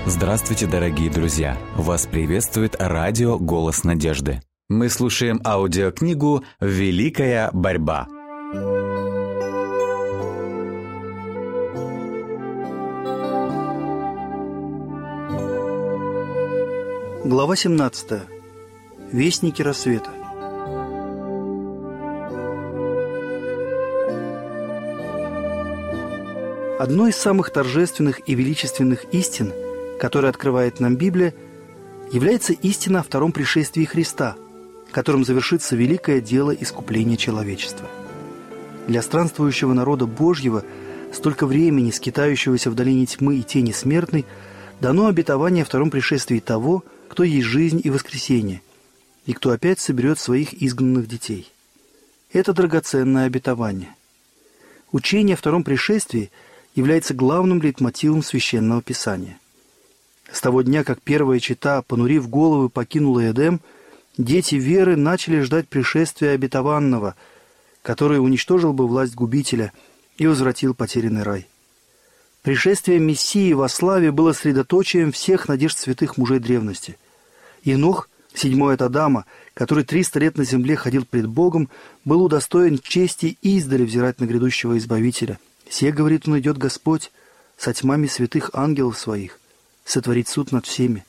Здравствуйте, дорогие друзья! Вас приветствует радио «Голос надежды». Мы слушаем аудиокнигу «Великая борьба». Глава 17. Вестники рассвета. Одной из самых торжественных и величественных истин, которую открывает нам Библия, является истина о втором пришествии Христа, которым завершится великое дело искупления человечества. Для странствующего народа Божьего, столько времени скитающегося в долине тьмы и тени смертной, дано обетование о втором пришествии того, кто есть жизнь и воскресение, и кто опять соберет своих изгнанных детей. Это драгоценное обетование. Учение о втором пришествии является главным лейтмотивом Священного Писания. С того дня, как первая чета, понурив головы, покинула Эдем, дети веры начали ждать пришествия обетованного, который уничтожил бы власть губителя и возвратил потерянный рай. Пришествие Мессии во славе было средоточием всех надежд святых мужей древности. Енох, седьмой от Адама, который 300 лет на земле ходил пред Богом, был удостоен чести издали взирать на грядущего Избавителя. «Се, — говорит он, — идет Господь со тьмами святых ангелов своих, сотворить суд над всеми».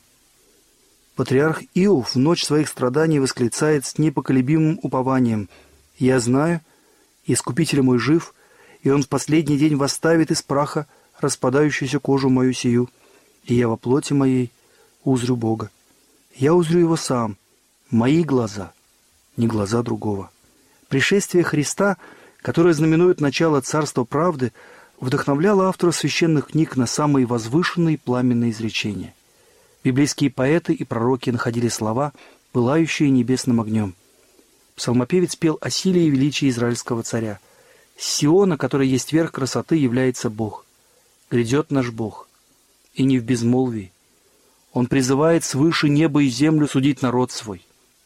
Патриарх Иов в ночь своих страданий восклицает с непоколебимым упованием: «Я знаю, Искупитель мой жив, и Он в последний день восставит из праха распадающуюся кожу мою сию, и я во плоти моей узрю Бога. Я узрю Его сам, мои глаза, не глаза другого». Пришествие Христа, которое знаменует начало царства правды, вдохновляло автора священных книг на самые возвышенные пламенные изречения. Библейские поэты и пророки находили слова, пылающие небесным огнем. Псалмопевец пел о силе и величии израильского царя. «С Сиона, который есть верх красоты, является Бог. Грядет наш Бог, и не в безмолвии. Он призывает свыше неба и землю судить народ свой.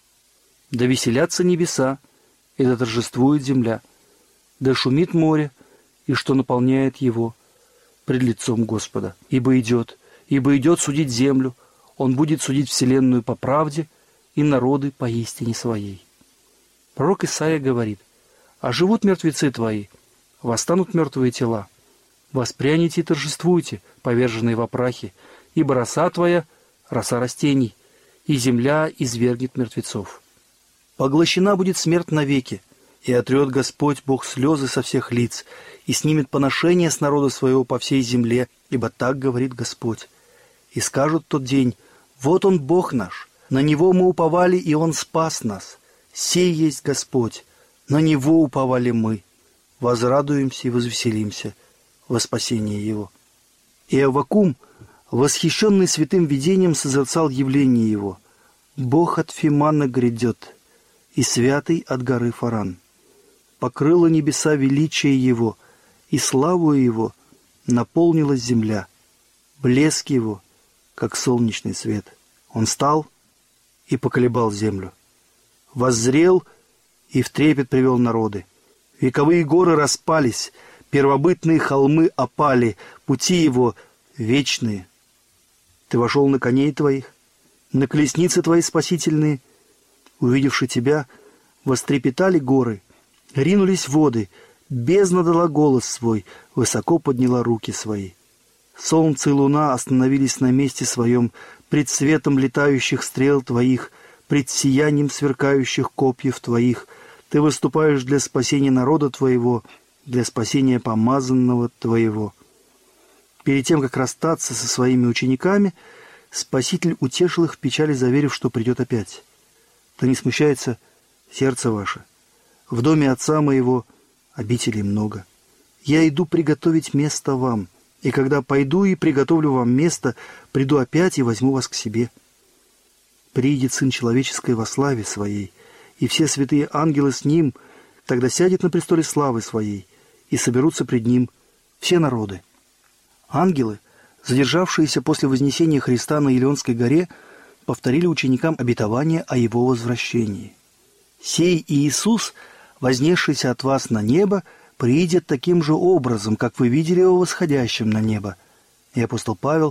Да веселятся небеса, и да торжествует земля, да шумит море, и что наполняет его пред лицом Господа. Ибо идет судить землю, Он будет судить вселенную по правде и народы по истине своей». Пророк Исаия говорит: «А живут мертвецы твои, восстанут мертвые тела. Воспряните и торжествуйте, поверженные во прахе, ибо роса твоя — роса растений, и земля извергнет мертвецов. Поглощена будет смерть навеки, и отрет Господь Бог слезы со всех лиц, и снимет поношение с народа своего по всей земле, ибо так говорит Господь. И скажут в тот день: вот Он Бог наш, на Него мы уповали, и Он спас нас. Сей есть Господь, на Него уповали мы. Возрадуемся и возвеселимся во спасение Его». И Аввакум, восхищенный святым видением, созерцал явление Его: «Бог от Фимана грядет, и святый от горы Фаран. Покрыло небеса величие Его, и славу Его наполнилась земля. Блеск Его, как солнечный свет. Он стал и поколебал землю. Воззрел и в трепет привел народы. Вековые горы распались, первобытные холмы опали, пути Его вечные. Ты вошел на коней твоих, на колесницы твои спасительные. Увидевши тебя, вострепетали горы, ринулись воды, бездна дала голос свой, высоко подняла руки свои. Солнце и луна остановились на месте своем пред светом летающих стрел твоих, пред сиянием сверкающих копьев твоих. Ты выступаешь для спасения народа твоего, для спасения помазанного твоего». Перед тем, как расстаться со своими учениками, Спаситель утешил их в печали, заверив, что придет опять. «Да не смущается сердце ваше. В доме Отца моего обителей много. Я иду приготовить место вам, и когда пойду и приготовлю вам место, приду опять и возьму вас к себе. Приидет Сын Человеческий во славе Своей, и все святые ангелы с Ним, тогда сядет на престоле славы Своей, и соберутся пред Ним все народы». Ангелы, задержавшиеся после вознесения Христа на Илионской горе, повторили ученикам обетование о Его возвращении. «Сей Иисус, вознесшийся от вас на небо, приидет таким же образом, как вы видели Его восходящим на небо». И апостол Павел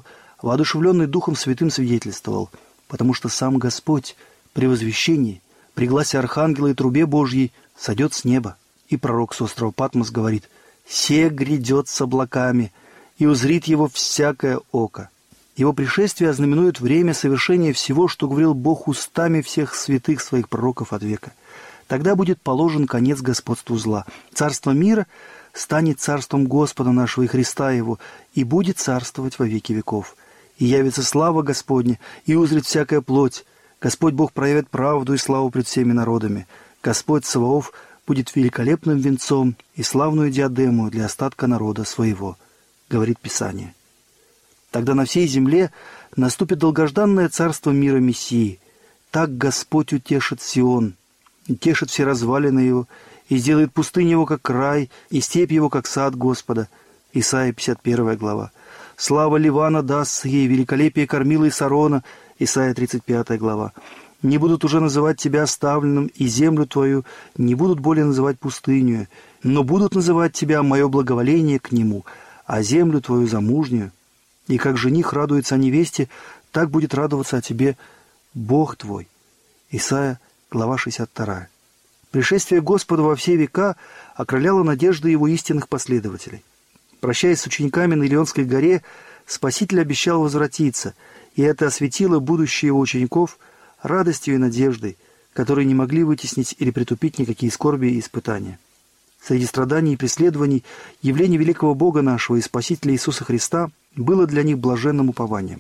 воодушевленный Духом Святым, свидетельствовал: «Потому что сам Господь при возвещении, при гласе архангела и трубе Божьей сойдет с неба». И пророк с острова Патмос говорит: «Се грядет с облаками, и узрит его всякое око». Его пришествие ознаменует время совершения всего, что говорил Бог устами всех святых своих пророков от века. Тогда будет положен конец господству зла. Царство мира станет царством Господа нашего и Христа Его, и будет царствовать во веки веков. И явится слава Господня, и узрит всякая плоть. Господь Бог проявит правду и славу пред всеми народами. Господь Саваоф будет великолепным венцом и славную диадему для остатка народа своего, говорит Писание. Тогда на всей земле наступит долгожданное царство мира Мессии. Так Господь утешит Сион, утешит все развалины его, и сделает пустыню его, как рай, и степь его, как сад Господа. Исайя 51 глава. Слава Ливана даст ей, великолепие кормила и Сарона. Исайя 35 глава. Не будут уже называть тебя оставленным, и землю твою не будут более называть пустынью, но будут называть тебя мое благоволение к нему, а землю твою замужнюю. И как жених радуется о невесте, так будет радоваться о тебе Бог твой. Исайя, глава 62. Пришествие Господа во все века окрыляло надежды его истинных последователей. Прощаясь с учениками на Илионской горе, Спаситель обещал возвратиться, и это осветило будущее его учеников радостью и надеждой, которые не могли вытеснить или притупить никакие скорби и испытания. Среди страданий и преследований явление великого Бога нашего и Спасителя Иисуса Христа было для них блаженным упованием.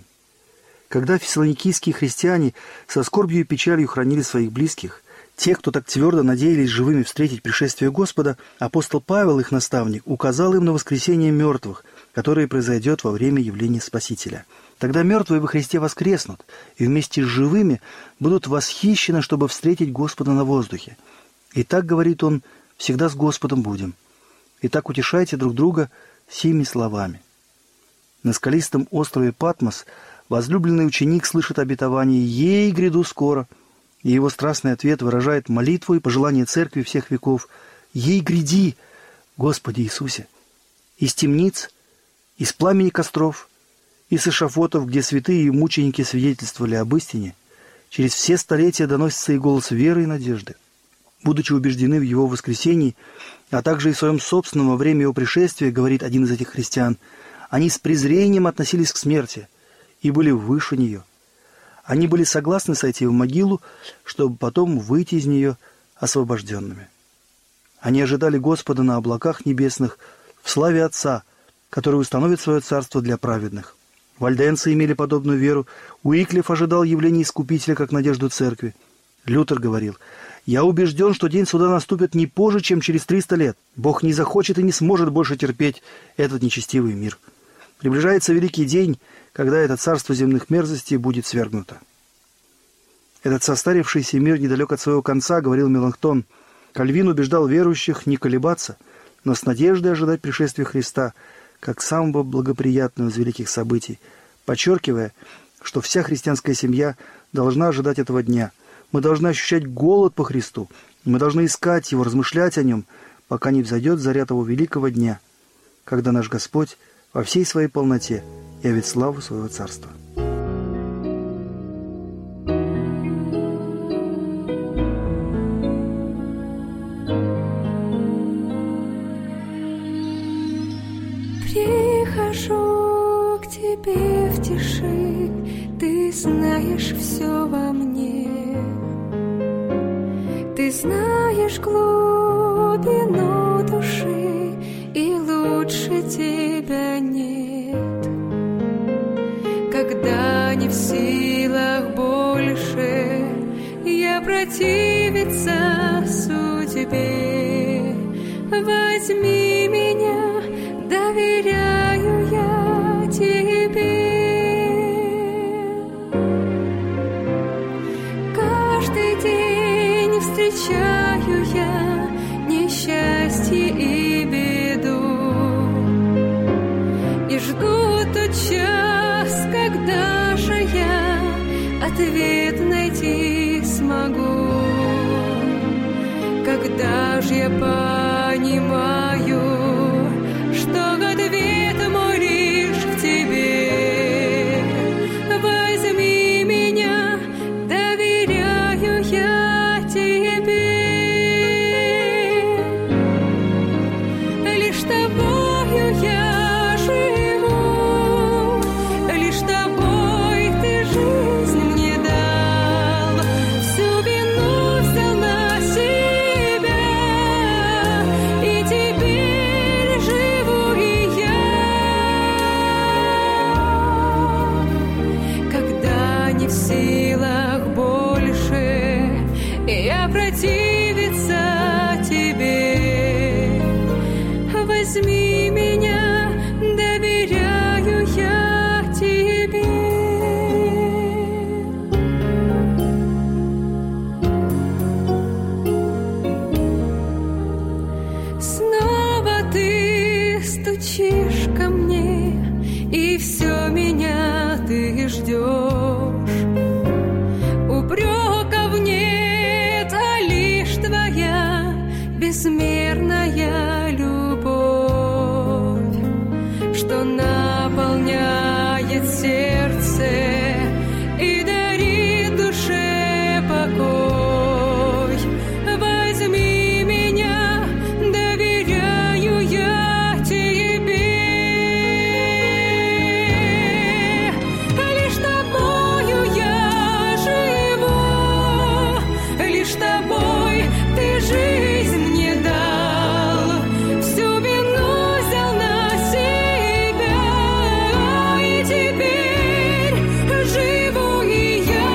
Когда фессалоникийские христиане со скорбью и печалью хранили своих близких, те, кто так твердо надеялись живыми встретить пришествие Господа, апостол Павел, их наставник, указал им на воскресение мертвых, которое произойдет во время явления Спасителя. Тогда мертвые во Христе воскреснут, и вместе с живыми будут восхищены, чтобы встретить Господа на воздухе. И так, говорит он, всегда с Господом будем. Итак, утешайте друг друга сими словами. На скалистом острове Патмос возлюбленный ученик слышит обетование «Ей гряду скоро», и его страстный ответ выражает молитву и пожелание Церкви всех веков «Ей гряди, Господи Иисусе!» Из темниц, из пламени костров, из эшафотов, где святые и мученики свидетельствовали об истине, через все столетия доносится и голос веры и надежды. Будучи убеждены в его воскресении, а также и в своем собственном во время его пришествия, говорит один из этих христиан, они с презрением относились к смерти и были выше нее. Они были согласны сойти в могилу, чтобы потом выйти из нее освобожденными. Они ожидали Господа на облаках небесных в славе Отца, который установит свое царство для праведных. Вальденцы имели подобную веру, Уиклиф ожидал явления Искупителя как надежду Церкви. Лютер говорил: «Я убежден, что день суда наступит не позже, чем через 300 лет. Бог не захочет и не сможет больше терпеть этот нечестивый мир. Приближается великий день, когда это царство земных мерзостей будет свергнуто». Этот состарившийся мир недалек от своего конца, говорил Меланхтон. Кальвин убеждал верующих не колебаться, но с надеждой ожидать пришествия Христа как самого благоприятного из великих событий, подчеркивая, что вся христианская семья должна ожидать этого дня. Мы должны ощущать голод по Христу, мы должны искать Его, размышлять о Нем, пока не взойдет заря того великого дня, когда наш Господь во всей своей полноте явит славу своего Царства. Прихожу к тебе в тиши, ты знаешь все во мне, ты знаешь глубину души, и лучше тебя нет. Когда не в силах больше я противиться судьбе, возьми меня, доверяю я тебе. Каждый день встречаю я несчастье и беду, и жду тот час, когда же я ответ найти смогу. Когда же я понимаю, что ответ мой лишь в тебе, стучишь ко мне, и все меня ты ждешь. Упреков нет, а лишь твоя безмерная любовь, что наполняет сердце и дарит душе покой. Возьми меня, доверяю я тебе. Лишь тобою я живу, лишь тобой ты жизнь мне дал, всю вину взял на себя, и теперь живу и я.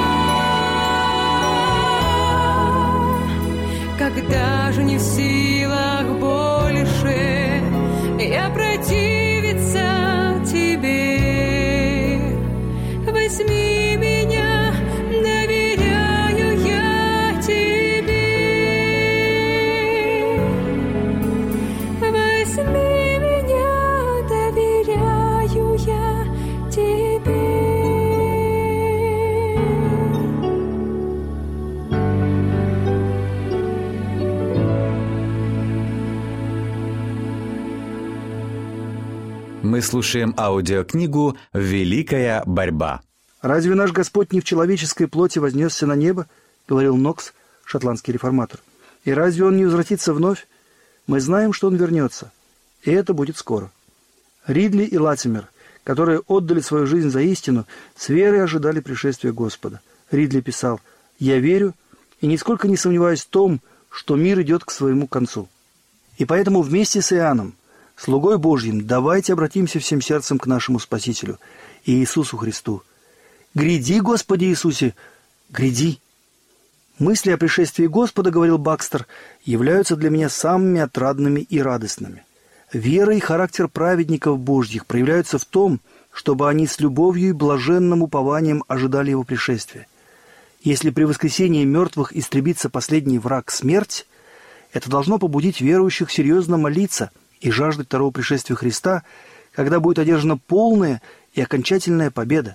Когда же не в силах больше я противиться тебе, возьми меня, доверяю я тебе. Возьми меня, доверяю я тебе. Мы слушаем аудиокнигу «Великая борьба». «Разве наш Господь не в человеческой плоти вознесся на небо?» — говорил Нокс, шотландский реформатор. «И разве Он не возвратится вновь? Мы знаем, что Он вернется, и это будет скоро». Ридли и Латимер, которые отдали свою жизнь за истину, с верой ожидали пришествия Господа. Ридли писал: «Я верю и нисколько не сомневаюсь в том, что мир идет к своему концу. И поэтому вместе с Иоанном, слугой Божьим, давайте обратимся всем сердцем к нашему Спасителю, Иисусу Христу. Гряди, Господи Иисусе, гряди!» Мысли о пришествии Господа, говорил Бакстер, являются для меня самыми отрадными и радостными. Вера и характер праведников Божьих проявляются в том, чтобы они с любовью и блаженным упованием ожидали Его пришествия. Если при воскресении мертвых истребится последний враг — смерть, это должно побудить верующих серьезно молиться и жаждать второго пришествия Христа, когда будет одержана полная и окончательная победа.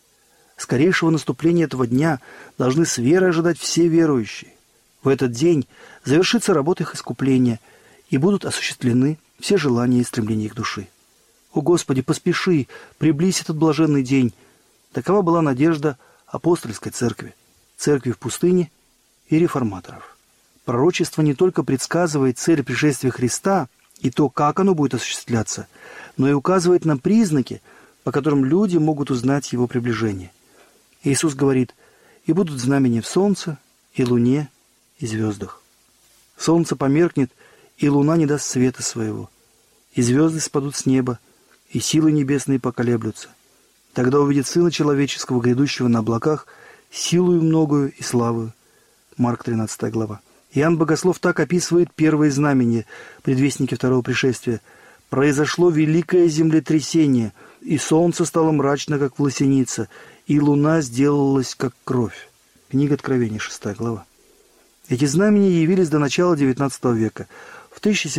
Скорейшего наступления этого дня должны с верой ожидать все верующие. В этот день завершится работа их искупления, и будут осуществлены все желания и стремления их души. О Господи, поспеши, приблизь этот блаженный день. Такова была надежда апостольской церкви, церкви в пустыне и реформаторов. Пророчество не только предсказывает цель пришествия Христа и то, как оно будет осуществляться, но и указывает на признаки, по которым люди могут узнать его приближение. Иисус говорит: «И будут знамения в солнце, и луне, и звездах. Солнце померкнет, и луна не даст света своего, и звезды спадут с неба, и силы небесные поколеблются. Тогда увидит Сына Человеческого, грядущего на облаках, силою многою и славою». Марк 13 глава. Иоанн Богослов так описывает первые знамения, предвестники второго пришествия. «Произошло великое землетрясение, и солнце стало мрачно, как власеница, и луна сделалась, как кровь». Книга Откровения, 6 глава. Эти знамения явились до начала XIX века. В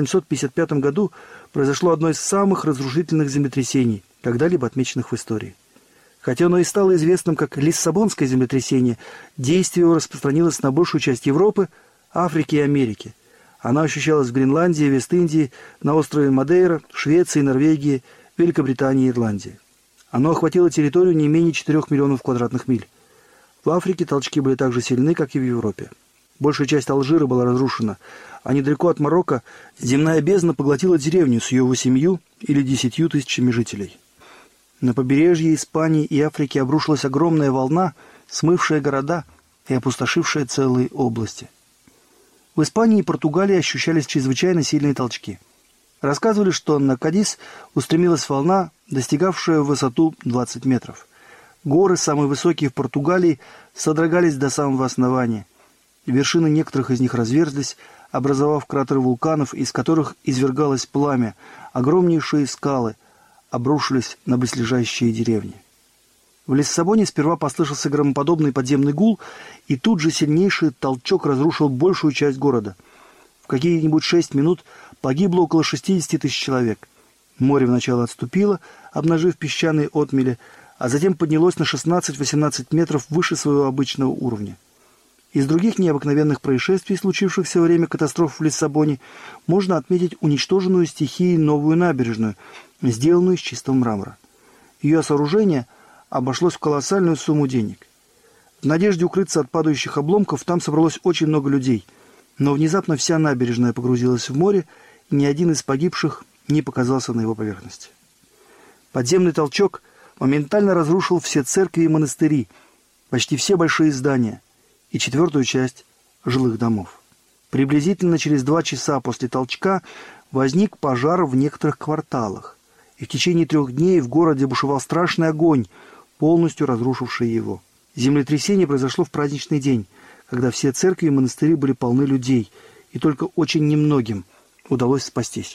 1755 году произошло одно из самых разрушительных землетрясений, когда-либо отмеченных в истории. Хотя оно и стало известным как Лиссабонское землетрясение, действие его распространилось на большую часть Европы, Африки и Америки. Оно ощущалось в Гренландии, Вест-Индии, на острове Мадейра, Швеции, Норвегии, Великобритании и Ирландии. Оно охватило территорию не менее 4 миллионов квадратных миль. В Африке толчки были так же сильны, как и в Европе. Большая часть Алжира была разрушена, а недалеко от Марокко земная бездна поглотила деревню с ее 8 или 10 тысячами жителей. На побережье Испании и Африки обрушилась огромная волна, смывшая города и опустошившая целые области. В Испании и Португалии ощущались чрезвычайно сильные толчки. Рассказывали, что на Кадис устремилась волна, достигавшая высоту 20 метров. Горы, самые высокие в Португалии, содрогались до самого основания. Вершины некоторых из них разверзлись, образовав кратеры вулканов, из которых извергалось пламя. Огромнейшие скалы обрушились на близлежащие деревни. В Лиссабоне сперва послышался громоподобный подземный гул, и тут же сильнейший толчок разрушил большую часть города. В какие-нибудь 6 минут погибло около 60 тысяч человек. Море вначале отступило, обнажив песчаные отмели, а затем поднялось на 16-18 метров выше своего обычного уровня. Из других необыкновенных происшествий, случившихся во время катастрофы в Лиссабоне, можно отметить уничтоженную стихией новую набережную, сделанную из чистого мрамора. Ее сооружение обошлось в колоссальную сумму денег. В надежде укрыться от падающих обломков там собралось очень много людей, но внезапно вся набережная погрузилась в море, и ни один из погибших не показался на его поверхности. Подземный толчок моментально разрушил все церкви и монастыри, почти все большие здания и 4-ю часть жилых домов. Приблизительно через 2 часа после толчка возник пожар в некоторых кварталах, и в течение 3 дней в городе бушевал страшный огонь, полностью разрушивший его. Землетрясение произошло в праздничный день, когда все церкви и монастыри были полны людей, и только очень немногим удалось спастись.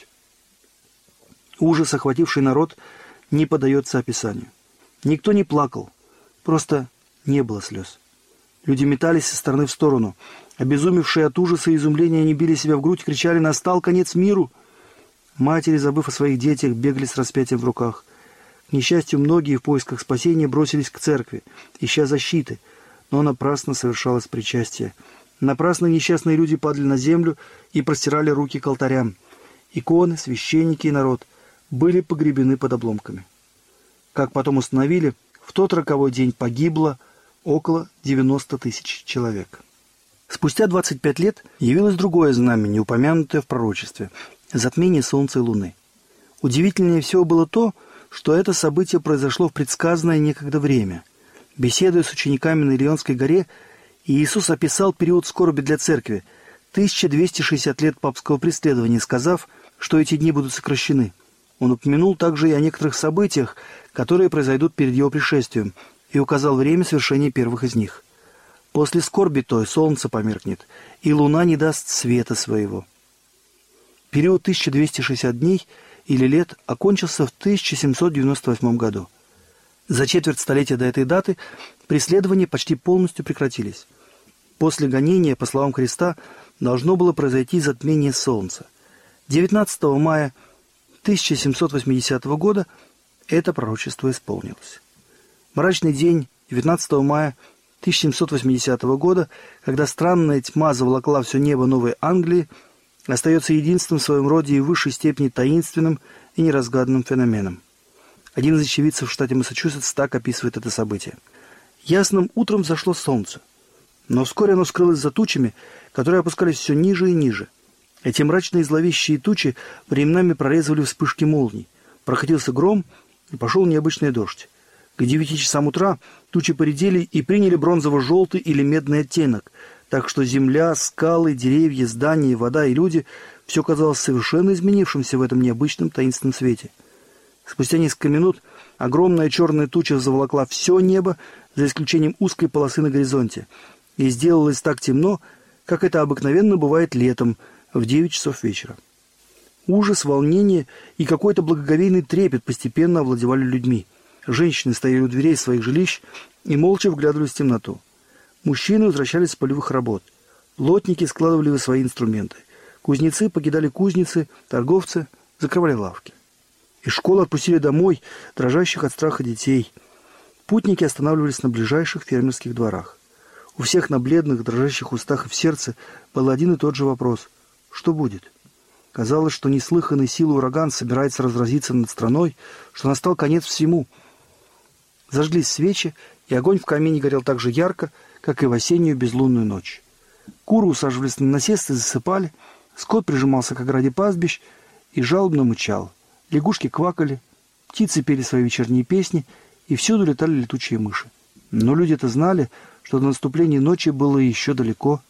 Ужас, охвативший народ, не поддается описанию. Никто не плакал, просто не было слез. Люди метались со стороны в сторону. Обезумевшие от ужаса и изумления, они били себя в грудь, кричали: «Настал конец миру!» Матери, забыв о своих детях, бегали с распятием в руках. К несчастью, многие в поисках спасения бросились к церкви, ища защиты, но напрасно совершалось причастие. Напрасно несчастные люди падали на землю и простирали руки к алтарям. Иконы, священники и народ были погребены под обломками. Как потом установили, в тот роковой день погибло около 90 тысяч человек. Спустя 25 лет явилось другое знамение, упомянутое в пророчестве – затмение Солнца и Луны. Удивительнее всего было то, что это событие произошло в предсказанное некогда время. Беседуя с учениками на Илионской горе, Иисус описал период скорби для церкви – 1260 лет папского преследования, сказав, что эти дни будут сокращены. Он упомянул также и о некоторых событиях, которые произойдут перед его пришествием, и указал время совершения первых из них. После скорби той солнце померкнет, и луна не даст света своего. Период 1260 дней или лет окончился в 1798 году. За четверть столетия до этой даты преследования почти полностью прекратились. После гонения, по словам Христа, должно было произойти затмение солнца. 19 мая 1780 года это пророчество исполнилось. Мрачный день 19 мая 1780 года, когда странная тьма заволокла все небо Новой Англии, остается единственным в своем роде и в высшей степени таинственным и неразгаданным феноменом. Один из очевидцев в штате Массачусетс так описывает это событие. Ясным утром взошло солнце, но вскоре оно скрылось за тучами, которые опускались все ниже и ниже. Эти мрачные зловещие тучи временами прорезывали вспышки молний. Проходился гром, и пошел необычный дождь. К 9 часам утра тучи поредели и приняли бронзово-желтый или медный оттенок, так что земля, скалы, деревья, здания, вода и люди – все казалось совершенно изменившимся в этом необычном таинственном свете. Спустя несколько минут огромная черная туча заволокла все небо, за исключением узкой полосы на горизонте, и сделалось так темно, как это обыкновенно бывает летом в 9 часов вечера. Ужас, волнение и какой-то благоговейный трепет постепенно овладевали людьми. Женщины стояли у дверей своих жилищ и молча вглядывались в темноту. Мужчины возвращались с полевых работ. Плотники складывали свои инструменты. Кузнецы покидали кузницы, торговцы закрывали лавки. Из школы отпустили домой дрожащих от страха детей. Путники останавливались на ближайших фермерских дворах. У всех на бледных, дрожащих устах и в сердце был один и тот же вопрос – что будет? Казалось, что неслыханной силой ураган собирается разразиться над страной, что настал конец всему. Зажглись свечи, и огонь в камине горел так же ярко, как и в осеннюю безлунную ночь. Куры усаживались на насест и засыпали, скот прижимался к ограде пастбищ и жалобно мычал. Лягушки квакали, птицы пели свои вечерние песни, и всюду летали летучие мыши. Но люди-то знали, что до наступления ночи было еще далеко.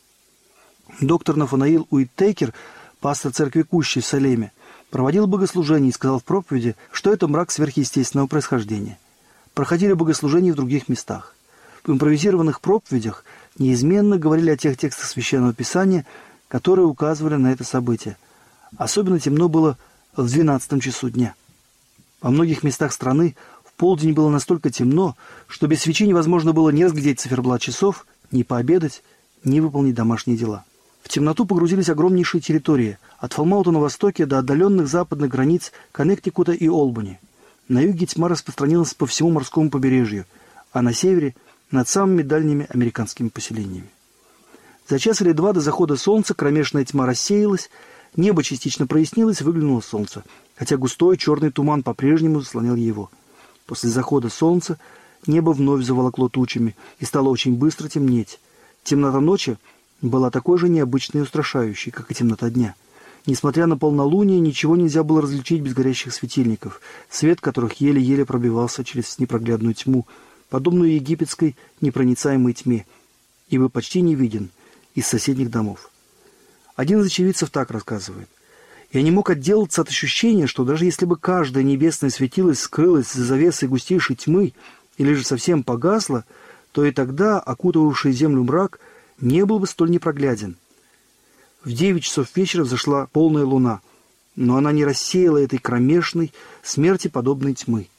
Доктор Нафанаил Уиттекер, пастор церкви Кущи в Салеме, проводил богослужение и сказал в проповеди, что это мрак сверхъестественного происхождения. Проходили богослужения в других местах. В импровизированных проповедях неизменно говорили о тех текстах Священного Писания, которые указывали на это событие. Особенно темно было в 12 часу дня. Во многих местах страны в полдень было настолько темно, что без свечи невозможно было ни разглядеть циферблат часов, ни пообедать, ни выполнить домашние дела. В темноту погрузились огромнейшие территории, от Фалмаута на востоке до отдаленных западных границ Коннектикута и Олбани. На юге тьма распространилась по всему морскому побережью, а на севере – над самыми дальними американскими поселениями. За час или два до захода солнца кромешная тьма рассеялась, небо частично прояснилось, выглянуло солнце, хотя густой черный туман по-прежнему заслонял его. После захода солнца небо вновь заволокло тучами и стало очень быстро темнеть. Темнота ночи была такой же необычной и устрашающей, как и темнота дня. Несмотря на полнолуние, ничего нельзя было различить без горящих светильников, свет которых еле-еле пробивался через непроглядную тьму, подобную египетской непроницаемой тьме, ибо почти не виден из соседних домов. Один из очевидцев так рассказывает. «Я не мог отделаться от ощущения, что даже если бы каждое небесное светило скрылось за завесой густейшей тьмы или же совсем погасло, то и тогда окутывавший землю мрак не был бы столь непрогляден. В 9 часов вечера взошла полная луна, но она не рассеяла этой кромешной, смерти подобной тьмы.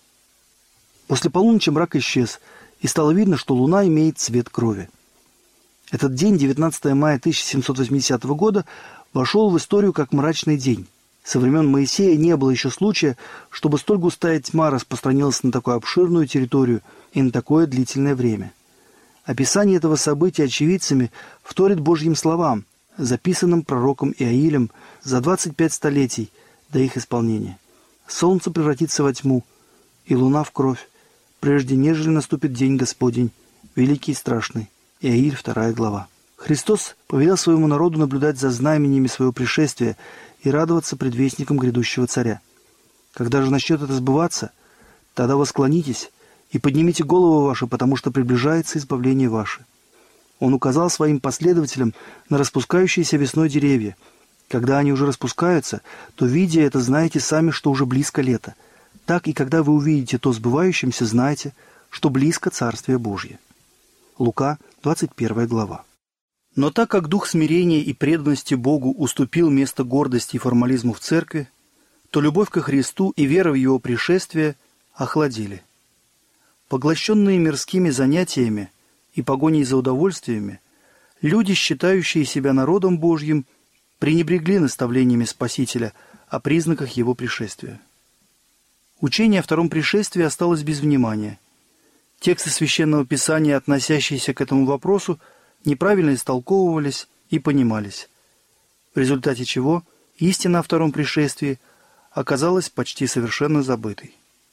После полуночи мрак исчез, и стало видно, что луна имеет цвет крови. Этот день, 19 мая 1780 года, вошел в историю как мрачный день. Со времен Моисея не было еще случая, чтобы столь густая тьма распространилась на такую обширную территорию и на такое длительное время. Описание этого события очевидцами вторит Божьим словам, записанным пророком Иаилем за 25 столетий до их исполнения. «Солнце превратится во тьму, и луна в кровь, прежде нежели наступит день Господень, великий и страшный». Иаиль, 2 глава. Христос повелел своему народу наблюдать за знамениями своего пришествия и радоваться предвестникам грядущего царя. Когда же начнет это сбываться, тогда восклонитесь и поднимите голову ваши, потому что приближается избавление ваше. Он указал своим последователям на распускающиеся весной деревья. Когда они уже распускаются, то, видя это, знаете сами, что уже близко лето. Так и когда вы увидите то сбывающимся, знайте, что близко Царствие Божье. Лука, 21 глава. Но так как дух смирения и преданности Богу уступил место гордости и формализму в церкви, то любовь ко Христу и вера в Его пришествие охладили. Поглощенные мирскими занятиями и погоней за удовольствиями, люди, считающие себя народом Божьим, пренебрегли наставлениями Спасителя о признаках Его пришествия. Учение о втором пришествии осталось без внимания. Тексты Священного Писания, относящиеся к этому вопросу, неправильно истолковывались и понимались, в результате чего истина о втором пришествии оказалась почти совершенно забытой.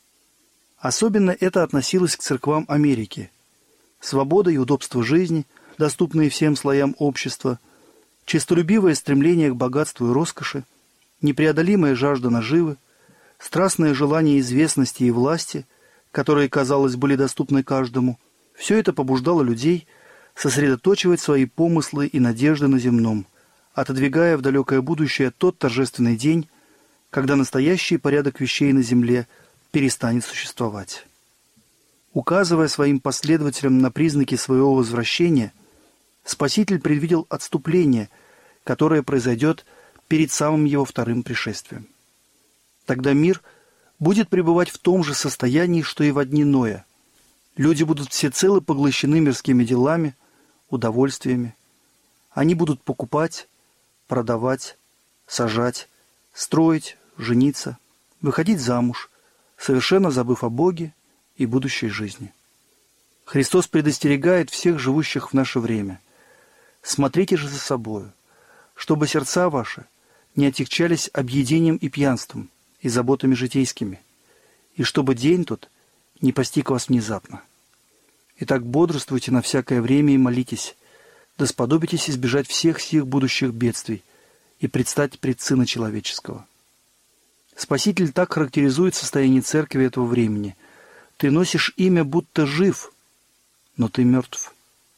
Особенно это относилось к церквам Америки. Свобода и удобство жизни, доступные всем слоям общества, честолюбивое стремление к богатству и роскоши, непреодолимая жажда наживы, страстное желание известности и власти, которые, казалось, были доступны каждому, все это побуждало людей сосредоточивать свои помыслы и надежды на земном, отодвигая в далекое будущее тот торжественный день, когда настоящий порядок вещей на земле перестанет существовать. Указывая своим последователям на признаки своего возвращения, Спаситель предвидел отступление, которое произойдет перед самым его вторым пришествием. Тогда мир будет пребывать в том же состоянии, что и во дни Ноя. Люди будут всецело поглощены мирскими делами, удовольствиями. Они будут покупать, продавать, сажать, строить, жениться, выходить замуж, совершенно забыв о Боге и будущей жизни. Христос предостерегает всех живущих в наше время. Смотрите же за собою, чтобы сердца ваши не отягчались объедением и пьянством, и заботами житейскими, и чтобы день тот не постиг вас внезапно. Итак, бодрствуйте на всякое время и молитесь, да сподобитесь избежать всех сих будущих бедствий и предстать пред Сына Человеческого. Спаситель так характеризует состояние церкви этого времени. Ты носишь имя, будто жив, но ты мертв.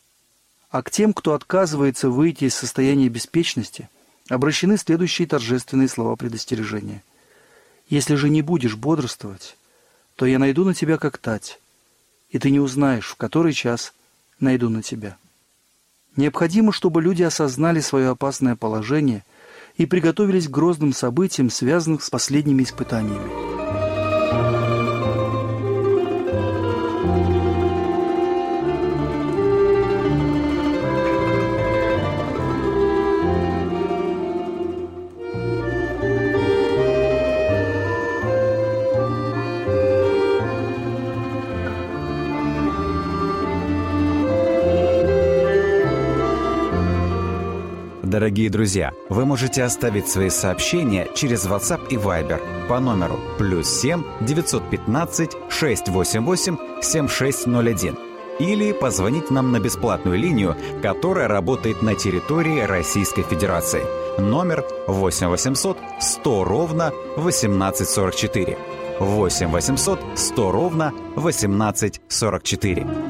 А к тем, кто отказывается выйти из состояния беспечности, обращены следующие торжественные слова предостережения. «Если же не будешь бодрствовать, то я найду на тебя как тать, и ты не узнаешь, в который час найду на тебя». Необходимо, чтобы люди осознали свое опасное положение и приготовились к грозным событиям, связанным с последними испытаниями. Дорогие друзья, вы можете оставить свои сообщения через WhatsApp и Viber по номеру +7 915 688 7601 или позвонить нам на бесплатную линию, которая работает на территории Российской Федерации. Номер 8 800 100 ровно 1844. 8 800 100 ровно 1844.